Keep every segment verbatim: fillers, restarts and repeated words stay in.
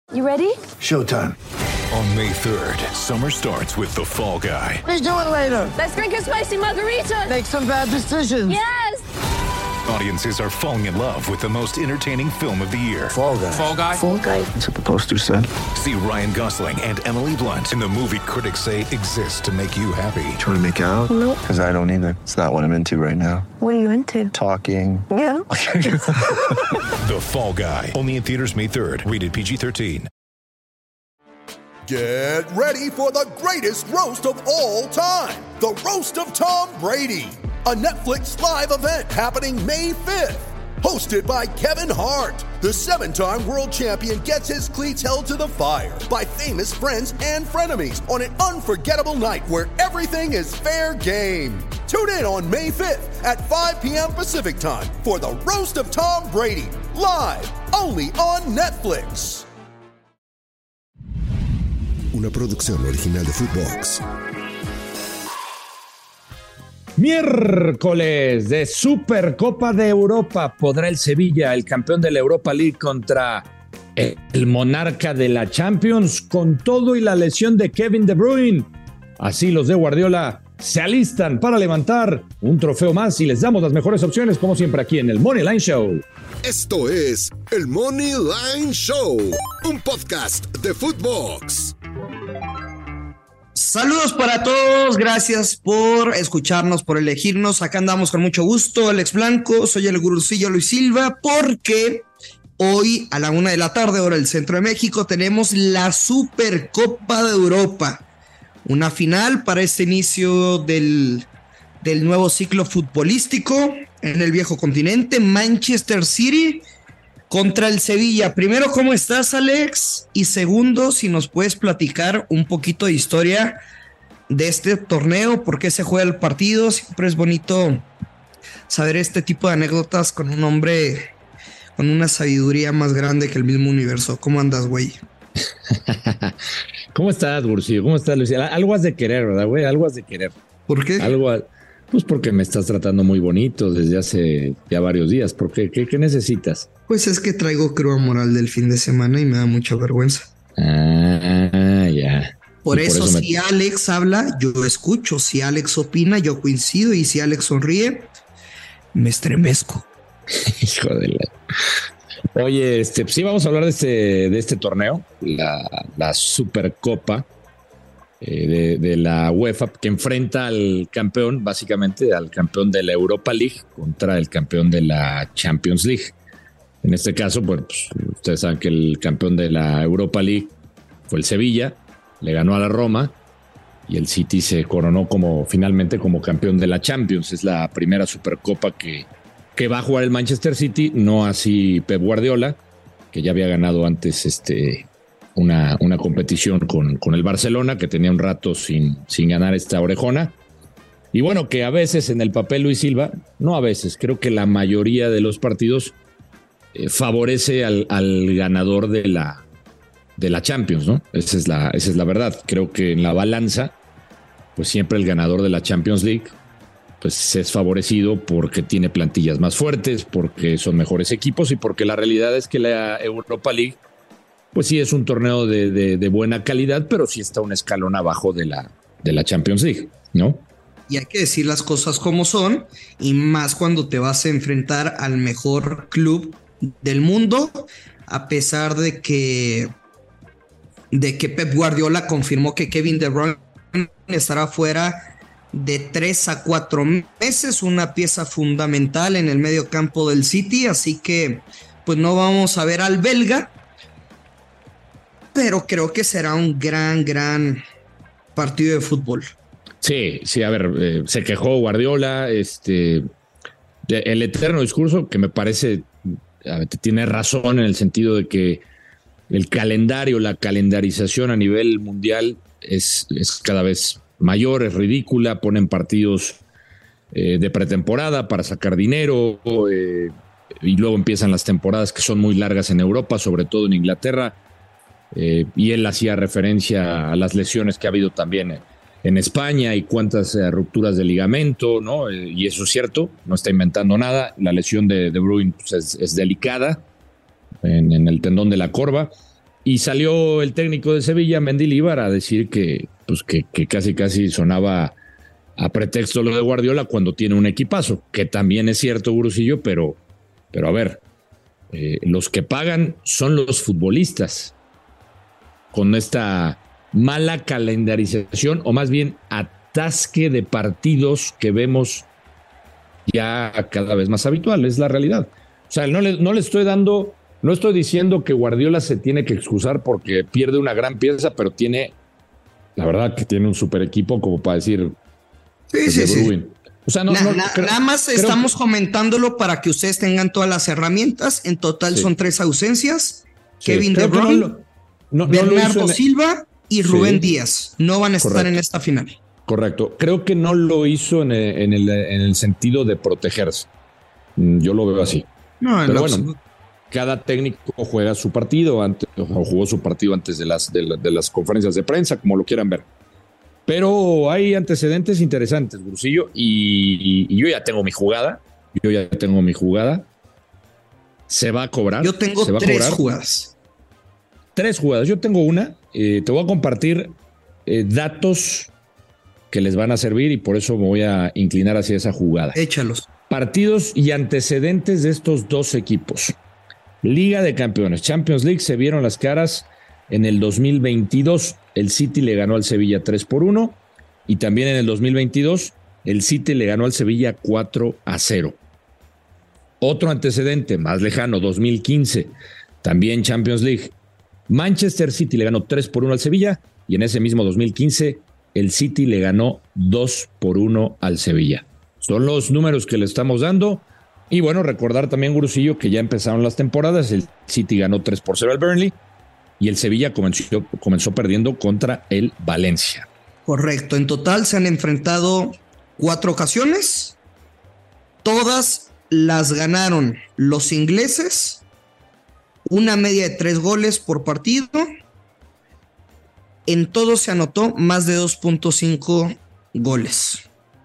You ready? Showtime. On May third, summer starts with The Fall Guy. Let's do it later. Let's drink a spicy margarita. Make some bad decisions. Yes! Audiences are falling in love with the most entertaining film of the year. Fall Guy. Fall Guy? Fall Guy. That's what the poster said. See Ryan Gosling and Emily Blunt in the movie critics say exists to make you happy. Trying to make it out? Nope. Because I don't either. It's not what I'm into right now. What are you into? Talking. Yeah. The Fall Guy. Only in theaters May third. Rated P G thirteen. Get ready for the greatest roast of all time. The Roast of Tom Brady. A Netflix live event happening May fifth. Hosted by Kevin Hart. The seven-time world champion gets his cleats held to the fire by famous friends and frenemies on an unforgettable night where everything is fair game. Tune in on May fifth at five p.m. Pacific time for the Roast of Tom Brady. Live only on Netflix. Una producción original de Footbox. Miércoles de Supercopa de Europa. ¿Podrá el Sevilla, el campeón de la Europa League, contra el monarca de la Champions, con todo y la lesión de Kevin De Bruyne? Así los de Guardiola se alistan para levantar un trofeo más y les damos las mejores opciones, como siempre, aquí en el Money Line Show. Esto es el Money Line Show, un podcast de Footbox. Saludos para todos, gracias por escucharnos, por elegirnos. Acá andamos con mucho gusto, Alex Blanco, soy el gurucillo Luis Silva, porque hoy a la una de la tarde, hora del centro de México, tenemos la Supercopa de Europa. Una final para este inicio del, del nuevo ciclo futbolístico en el viejo continente. Manchester City contra el Sevilla. Primero, ¿cómo estás, Alex? Y segundo, si nos puedes platicar un poquito de historia de este torneo, por qué se juega el partido. Siempre es bonito saber este tipo de anécdotas con un hombre con una sabiduría más grande que el mismo universo. ¿Cómo andas, güey? ¿Cómo estás, Gursillo? ¿Cómo estás, Luis? Algo has de querer, ¿verdad, güey? Algo has de querer. ¿Por qué? Algo, pues porque me estás tratando muy bonito desde hace ya varios días. ¿Por qué? ¿Qué, qué necesitas? Pues es que traigo cruda moral del fin de semana y me da mucha vergüenza. Ah, ya. Por eso, por eso si me... Alex habla, yo escucho. Si Alex opina, yo coincido. Y si Alex sonríe, me estremezco. Hijo de la... Oye, este, sí, vamos a hablar de este, de este torneo, la, la Supercopa eh, de, de la UEFA, que enfrenta al campeón, básicamente, al campeón de la Europa League contra el campeón de la Champions League. En este caso, pues, ustedes saben que el campeón de la Europa League fue el Sevilla, le ganó a la Roma y el City se coronó como finalmente como campeón de la Champions. Es la primera Supercopa que, que va a jugar el Manchester City, no así Pep Guardiola, que ya había ganado antes este, una, una competición con, con el Barcelona, que tenía un rato sin, sin ganar esta orejona. Y bueno, que a veces en el papel Luis Silva, no a veces, creo que la mayoría de los partidos eh, favorece al, al ganador de la, de la Champions, ¿no? Esa es la, esa es la verdad. Creo que en la balanza, pues siempre el ganador de la Champions League pues es favorecido porque tiene plantillas más fuertes, porque son mejores equipos y porque la realidad es que la Europa League pues sí es un torneo de, de, de buena calidad, pero sí está un escalón abajo de la, de la Champions League, ¿no? Y hay que decir las cosas como son, y más cuando te vas a enfrentar al mejor club del mundo, a pesar de que, de que Pep Guardiola confirmó que Kevin De Bruyne estará fuera de tres a cuatro meses, una pieza fundamental en el medio campo del City, así que pues no vamos a ver al belga, pero creo que será un gran, gran partido de fútbol. Sí, sí, a ver, eh, se quejó Guardiola, este, el eterno discurso que me parece ver, tiene razón en el sentido de que el calendario, la calendarización a nivel mundial es, es cada vez mayor, es ridícula, ponen partidos eh, de pretemporada para sacar dinero eh, y luego empiezan las temporadas que son muy largas en Europa, sobre todo en Inglaterra, eh, y él hacía referencia a las lesiones que ha habido también en, en España y cuántas eh, rupturas de ligamento, ¿no? Eh, y eso es cierto, no está inventando nada. La lesión de De Bruyne pues, es, es delicada en, en el tendón de la corva. Y salió el técnico de Sevilla, Mendilibar, a decir que, pues que, que casi casi sonaba a pretexto lo de Guardiola cuando tiene un equipazo, que también es cierto, Gurusillo, pero, pero a ver, eh, los que pagan son los futbolistas con esta mala calendarización, o más bien atasque de partidos que vemos ya cada vez más habitual, es la realidad. O sea, no le, no le estoy dando, no estoy diciendo que Guardiola se tiene que excusar porque pierde una gran pieza, pero tiene, la verdad que tiene un super equipo como para decir... Sí, sí, sí. O sea, no, na, no, na, creo, nada más creo estamos que... comentándolo para que ustedes tengan todas las herramientas. En total sí. Son tres ausencias. Sí. Kevin De Bruyne, no lo, no, Bernardo no Silva y Rubén sí. Díaz. No van a estar Correcto. En esta final. Correcto. Creo que no lo hizo en el, en el, en el sentido de protegerse. Yo lo veo así. No, Pero bueno, absoluto. Cada técnico juega su partido antes, o jugó su partido antes de las, de, la, de las conferencias de prensa, como lo quieran ver. Pero hay antecedentes interesantes, Gurusillo, y, y, y yo ya tengo mi jugada. Yo ya tengo mi jugada. Se va a cobrar. Yo tengo se va tres a cobrar. jugadas. Tres jugadas. Yo tengo una. Eh, te voy a compartir eh, datos que les van a servir y por eso me voy a inclinar hacia esa jugada. Échalos. Partidos y antecedentes de estos dos equipos. Liga de Campeones, Champions League, se vieron las caras en el dos mil veintidós. El City le ganó al Sevilla tres por uno y también en el dos mil veintidós el City le ganó al Sevilla cuatro a cero. Otro antecedente más lejano, dos mil quince, también Champions League. Manchester City le ganó tres por uno al Sevilla y en ese mismo dos mil quince el City le ganó dos por uno al Sevilla. Son los números que le estamos dando. Y bueno, recordar también, Gurusillo, que ya empezaron las temporadas. El City ganó tres por cero al Burnley y el Sevilla comenzó, comenzó perdiendo contra el Valencia. Correcto. En total se han enfrentado cuatro ocasiones. Todas las ganaron los ingleses. Una media de tres goles por partido. En todo se anotó más de dos punto cinco goles.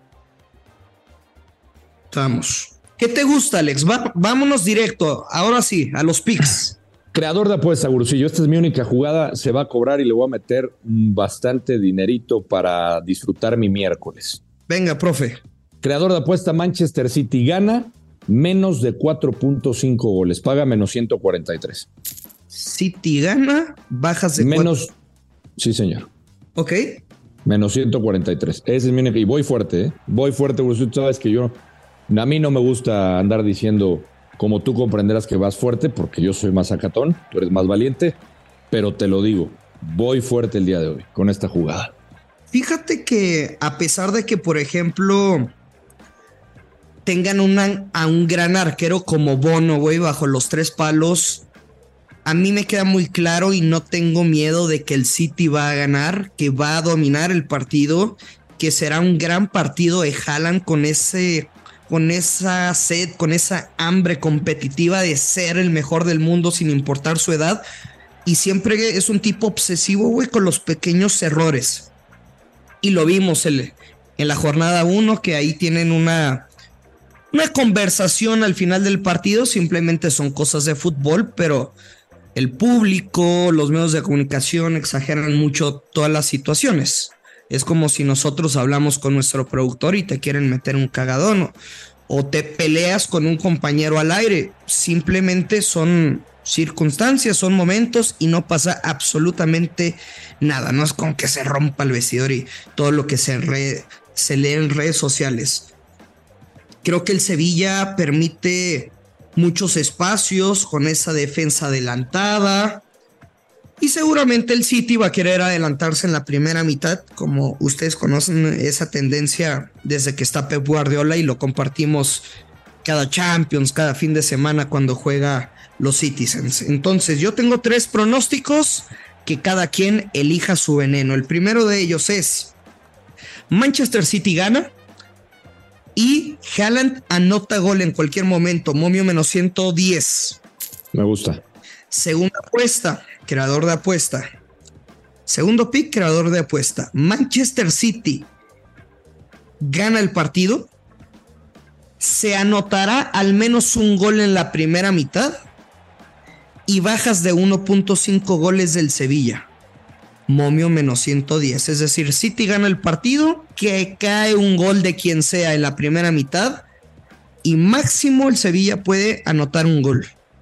Vamos. ¿Qué te gusta, Alex? Va, vámonos directo, ahora sí, a los picks. Creador de apuesta, Gurusillo. Esta es mi única jugada. Se va a cobrar y le voy a meter bastante dinerito para disfrutar mi miércoles. Venga, profe. Creador de apuesta, Manchester City gana menos de cuatro punto cinco goles. Paga menos ciento cuarenta y tres. City gana, bajas de menos. cuatro. Sí, señor. Ok. Menos ciento cuarenta y tres. Ese es mi única. Y voy fuerte, ¿eh? Voy fuerte, Gurusillo. Tú sabes que yo... A mí no me gusta andar diciendo, como tú comprenderás, que vas fuerte, porque yo soy más sacatón, tú eres más valiente, pero te lo digo, voy fuerte el día de hoy con esta jugada. Fíjate que a pesar de que, por ejemplo, tengan una, a un gran arquero como Bono, güey, bajo los tres palos, a mí me queda muy claro y no tengo miedo de que el City va a ganar, que va a dominar el partido, que será un gran partido de Haaland con ese... con esa sed, con esa hambre competitiva de ser el mejor del mundo sin importar su edad. Y siempre es un tipo obsesivo, güey, con los pequeños errores. Y lo vimos el, en la jornada uno, que ahí tienen una, una conversación al final del partido. Simplemente son cosas de fútbol, pero el público, los medios de comunicación exageran mucho todas las situaciones. Es como si nosotros hablamos con nuestro productor y te quieren meter un cagadón, o, o te peleas con un compañero al aire. Simplemente son circunstancias, son momentos y no pasa absolutamente nada. No es como que se rompa el vestidor y todo lo que se, re, se lee en redes sociales. Creo que el Sevilla permite muchos espacios con esa defensa adelantada. Y seguramente el City va a querer adelantarse en la primera mitad, como ustedes conocen esa tendencia desde que está Pep Guardiola y lo compartimos cada Champions, cada fin de semana cuando juega los Citizens. Entonces yo tengo tres pronósticos, que cada quien elija su veneno. El primero de ellos es Manchester City gana y Haaland anota gol en cualquier momento, momio menos ciento diez. Me gusta. Segunda apuesta, creador de apuesta. Segundo pick, creador de apuesta. Manchester City gana el partido. Se anotará al menos un gol en la primera mitad. y bajas de uno punto cinco goles del Sevilla. Momio menos ciento diez. Es decir, City gana el partido, que cae un gol de quien sea en la primera mitad y máximo el Sevilla puede anotar un gol.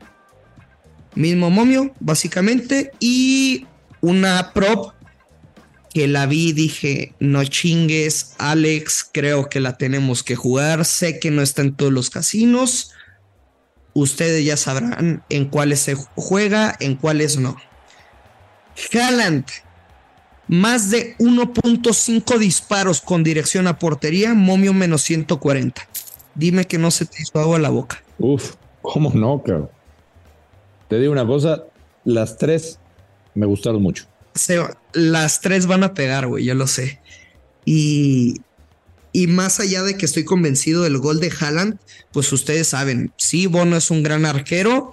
Mismo momio, básicamente, y una prop que la vi y dije, no chingues, Alex, creo que la tenemos que jugar. Sé que no está en todos los casinos. Ustedes ya sabrán en cuáles se juega, en cuáles no. Haaland, más de uno punto cinco disparos con dirección a portería, momio menos ciento cuarenta. Dime que no se te hizo agua a la boca. Uf, ¿cómo no, claro? Te digo una cosa, las tres me gustaron mucho. Se, las tres van a pegar, güey, yo lo sé. Y, y más allá de que estoy convencido del gol de Haaland, pues ustedes saben, sí, Bono es un gran arquero,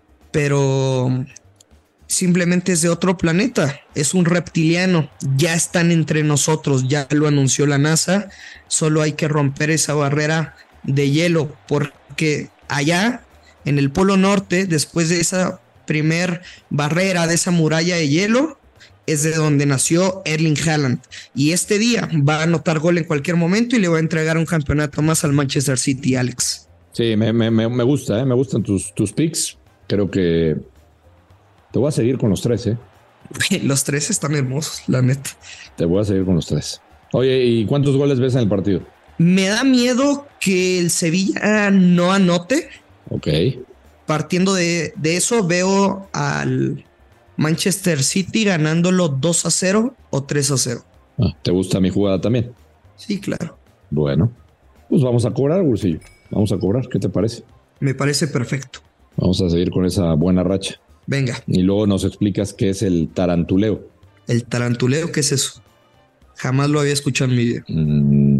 pero simplemente es de otro planeta, es un reptiliano, ya están entre nosotros, ya lo anunció la NASA, solo hay que romper esa barrera de hielo, porque allá en el Polo Norte, después de esa primer barrera, de esa muralla de hielo, es de donde nació Erling Haaland, y este día va a anotar gol en cualquier momento y le va a entregar un campeonato más al Manchester City, Alex. Sí, me, me, me gusta, ¿eh? Me gustan tus, tus picks, creo que te voy a seguir con los tres, ¿eh? Los tres están hermosos, la neta. Te voy a seguir con los tres. Oye, ¿y cuántos goles ves en el partido? Me da miedo que el Sevilla no anote. Ok. Partiendo de, de eso, veo al Manchester City ganándolo dos a cero o tres a cero. Ah, ¿te gusta mi jugada también? Sí, claro. Bueno, pues vamos a cobrar, Gursillo. Vamos a cobrar, ¿qué te parece? Me parece perfecto. Vamos a seguir con esa buena racha. Venga. Y luego nos explicas qué es el tarantuleo. ¿El tarantuleo qué es eso? Jamás lo había escuchado en mi vida. Mm,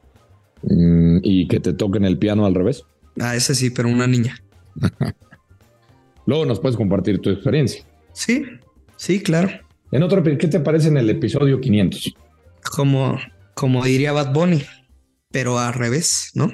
mm, ¿Y que te toquen el piano al revés? Ah, ese sí, pero una niña. Luego nos puedes compartir tu experiencia. Sí, sí, claro. En otro, ¿qué te parece en el episodio quinientos? Como, como diría Bad Bunny, pero al revés, ¿no?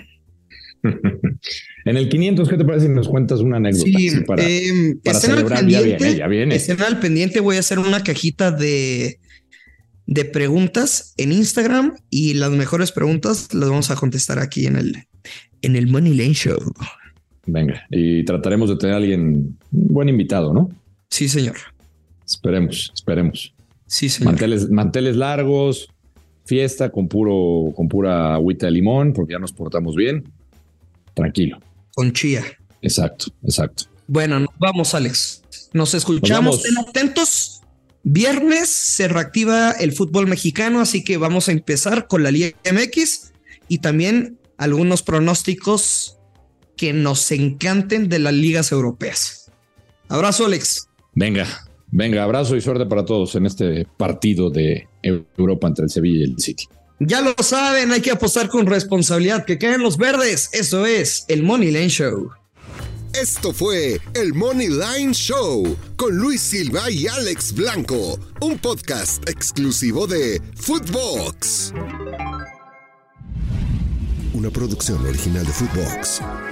En el quinientos, ¿qué te parece si nos cuentas una anécdota? Sí, sí, para, eh, para estén celebrar, al pendiente, ya viene, ya viene. Estén al pendiente, voy a hacer una cajita de, de preguntas en Instagram y las mejores preguntas las vamos a contestar aquí en el, en el Money Lane Show. Venga, y trataremos de tener a alguien, un buen invitado, ¿no? Sí, señor. Esperemos, esperemos. Sí, señor. Manteles, manteles largos, fiesta con puro, con pura agüita de limón, porque ya nos portamos bien. Tranquilo. Con chía. Exacto, exacto. Bueno, nos vamos, Alex. Nos escuchamos. Estén atentos. Viernes se reactiva el fútbol mexicano, así que vamos a empezar con la Liga M X y también algunos pronósticos que nos encanten de las ligas europeas. Abrazo, Alex. Venga, venga, abrazo y suerte para todos en este partido de Europa entre el Sevilla y el City. Ya lo saben, hay que apostar con responsabilidad, que queden los verdes. Eso es el Money Lane Show. Esto fue el Money Line Show con Luis Silva y Alex Blanco, un podcast exclusivo de Footbox. Una producción original de Footbox.